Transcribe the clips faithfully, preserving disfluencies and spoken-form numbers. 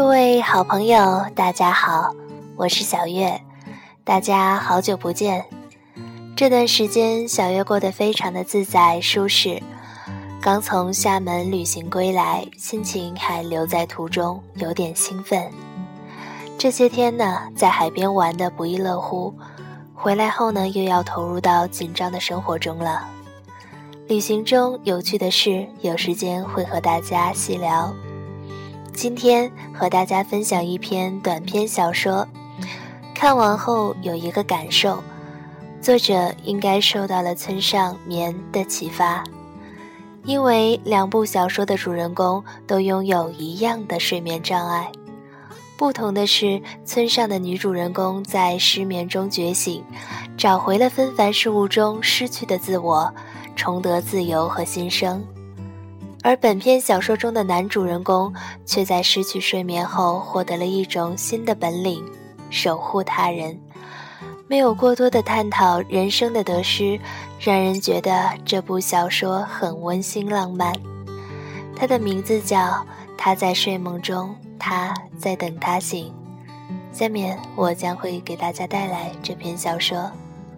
各位好朋友，大家好，我是小月，大家好久不见。这段时间小月过得非常的自在舒适，刚从厦门旅行归来，心情还留在途中，有点兴奋。这些天呢，在海边玩得不亦乐乎，回来后呢，又要投入到紧张的生活中了。旅行中有趣的事，有时间会和大家细聊。今天和大家分享一篇短篇小说，看完后有一个感受，作者应该受到了村上眠的启发，因为两部小说的主人公都拥有一样的睡眠障碍。不同的是，村上的女主人公在失眠中觉醒，找回了纷繁事物中失去的自我，重得自由和新生。而本篇小说中的男主人公却在失去睡眠后获得了一种新的本领，守护他人。没有过多的探讨人生的得失，让人觉得这部小说很温馨浪漫。它的名字叫《他在睡梦中，他在等他醒》。下面我将会给大家带来这篇小说。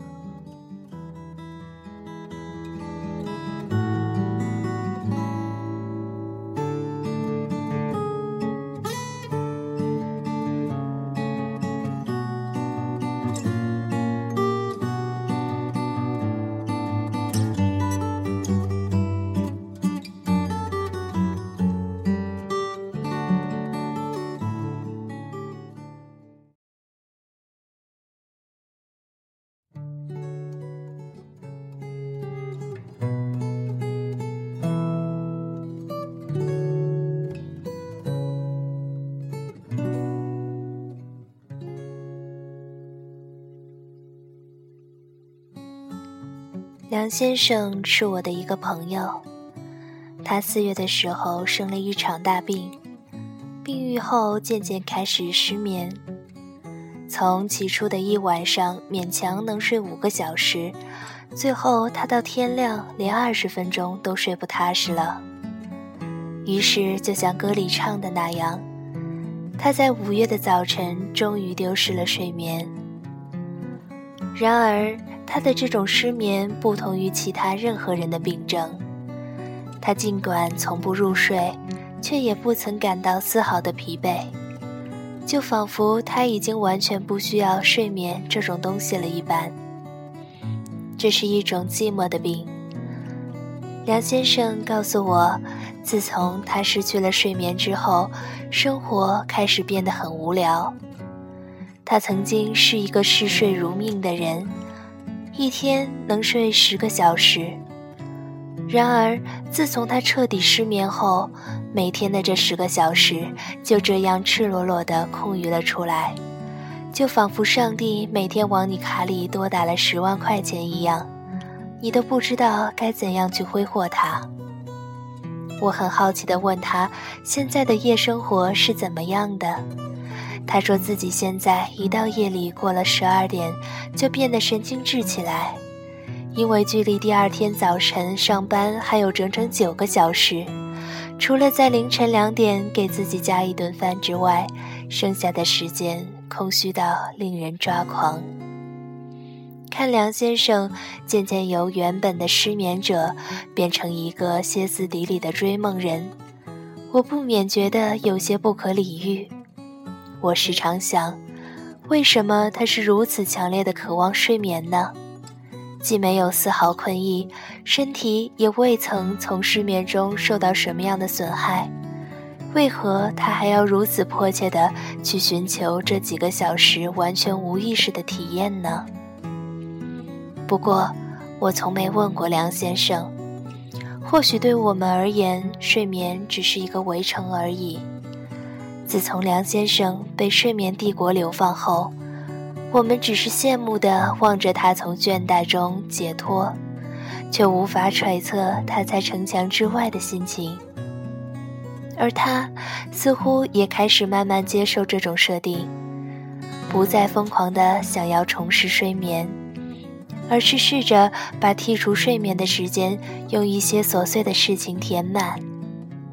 梁先生是我的一个朋友，他四月的时候生了一场大病，病愈后渐渐开始失眠，从起初的一晚上勉强能睡五个小时，最后他到天亮连二十分钟都睡不踏实了。于是就像歌里唱的那样，他在五月的早晨终于丢失了睡眠。然而他的这种失眠不同于其他任何人的病症，他尽管从不入睡，却也不曾感到丝毫的疲惫，就仿佛他已经完全不需要睡眠这种东西了一般。这是一种寂寞的病。梁先生告诉我，自从他失去了睡眠之后，生活开始变得很无聊。他曾经是一个嗜睡如命的人，一天能睡十个小时。然而自从他彻底失眠后，每天的这十个小时就这样赤裸裸地空余了出来，就仿佛上帝每天往你卡里多打了十万块钱一样，你都不知道该怎样去挥霍它。我很好奇地问他，现在的夜生活是怎么样的？他说自己现在一到夜里过了十二点就变得神经质起来，因为距离第二天早晨上班还有整整九个小时，除了在凌晨两点给自己加一顿饭之外，剩下的时间空虚到令人抓狂。看梁先生渐渐由原本的失眠者变成一个歇斯底里的追梦人，我不免觉得有些不可理喻。我时常想，为什么他是如此强烈的渴望睡眠呢？既没有丝毫困意，身体也未曾从失眠中受到什么样的损害，为何他还要如此迫切地去寻求这几个小时完全无意识的体验呢？不过我从没问过梁先生，或许对我们而言，睡眠只是一个围城而已。自从梁先生被睡眠帝国流放后，我们只是羡慕地望着他从倦怠中解脱，却无法揣测他在城墙之外的心情。而他似乎也开始慢慢接受这种设定，不再疯狂地想要重拾睡眠，而是试着把剔除睡眠的时间用一些琐碎的事情填满。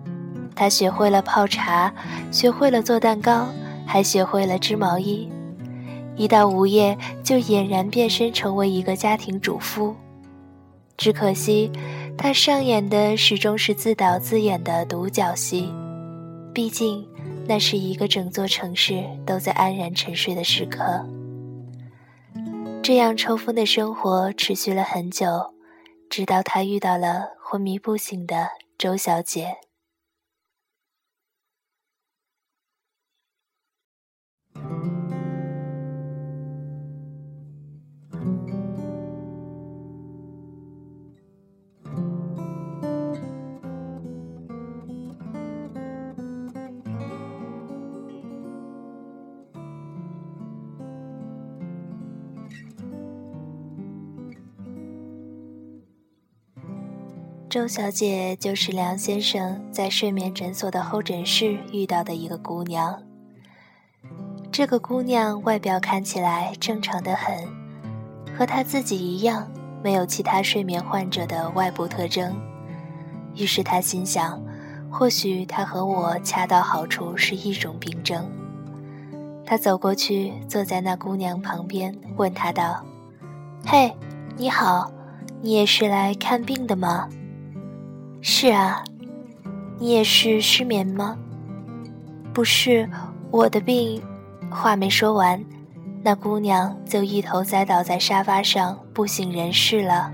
他学会了泡茶，学会了做蛋糕，还学会了织毛衣。一到午夜就俨然变身成为一个家庭主妇。只可惜他上演的始终是自导自演的独角戏，毕竟那是一个整座城市都在安然沉睡的时刻。这样抽风的生活持续了很久，直到他遇到了昏迷不醒的周小姐。周小姐就是梁先生在睡眠诊所的候诊室遇到的一个姑娘。这个姑娘外表看起来正常得很，和她自己一样，没有其他睡眠患者的外部特征。于是他心想，或许她和我恰到好处是一种病症。他走过去，坐在那姑娘旁边，问她道：“嘿，你好，你也是来看病的吗？”“是啊。”“你也是失眠吗？”“不是，我的病……”话没说完，那姑娘就一头栽倒在沙发上，不省人事了。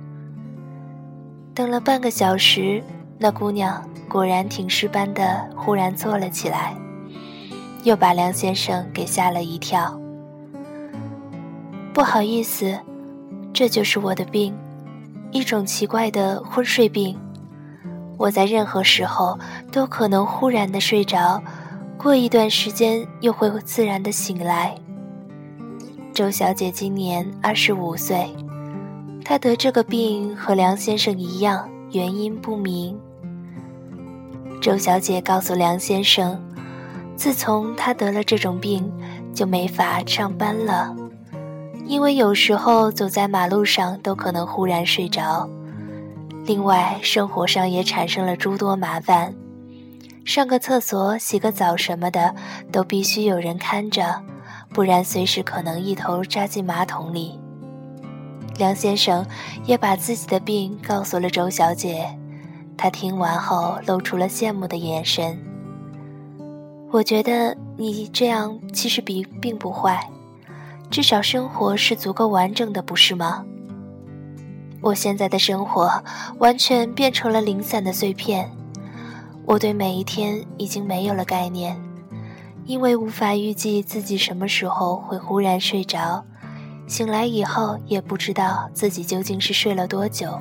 等了半个小时，那姑娘果然停尸般的忽然坐了起来，又把梁先生给吓了一跳。“不好意思，这就是我的病，一种奇怪的昏睡病。我在任何时候都可能忽然的睡着，过一段时间又会自然的醒来。”周小姐今年二十五岁，她得这个病和梁先生一样，原因不明。周小姐告诉梁先生，自从她得了这种病，就没法上班了，因为有时候走在马路上都可能忽然睡着。另外，生活上也产生了诸多麻烦，上个厕所、洗个澡什么的都必须有人看着，不然随时可能一头扎进马桶里。梁先生也把自己的病告诉了周小姐，她听完后露出了羡慕的眼神。“我觉得你这样其实比并不坏，至少生活是足够完整的，不是吗？我现在的生活完全变成了零散的碎片，我对每一天已经没有了概念，因为无法预计自己什么时候会忽然睡着，醒来以后也不知道自己究竟是睡了多久。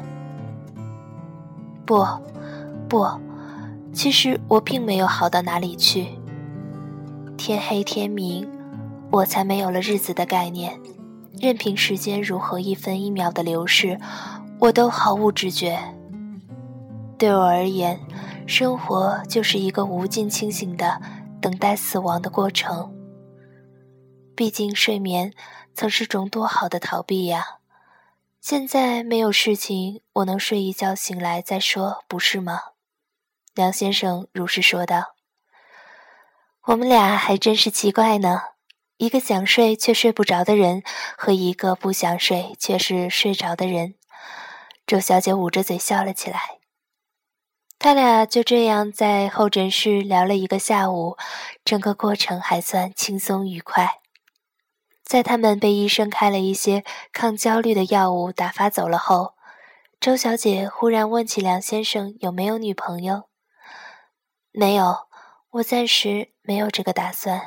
不，不，其实我并没有好到哪里去。天黑天明，我才没有了日子的概念，任凭时间如何一分一秒的流逝，我都毫无知觉。对我而言，生活就是一个无尽清醒的等待死亡的过程。毕竟睡眠曾是种多好的逃避呀，现在没有事情，我能睡一觉醒来再说，不是吗？”梁先生如是说道。“我们俩还真是奇怪呢，一个想睡却睡不着的人，和一个不想睡却是睡着的人。”周小姐捂着嘴笑了起来。他俩就这样在候诊室聊了一个下午，整个过程还算轻松愉快。在他们被医生开了一些抗焦虑的药物打发走了后，周小姐忽然问起梁先生有没有女朋友。“没有，我暂时没有这个打算。”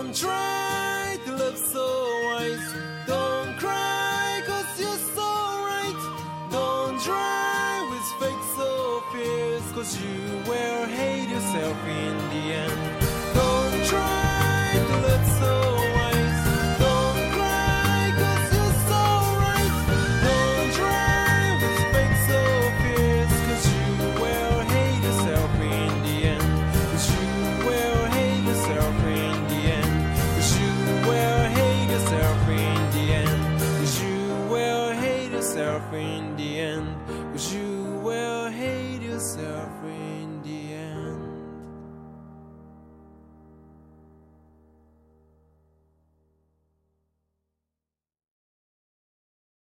I'm trying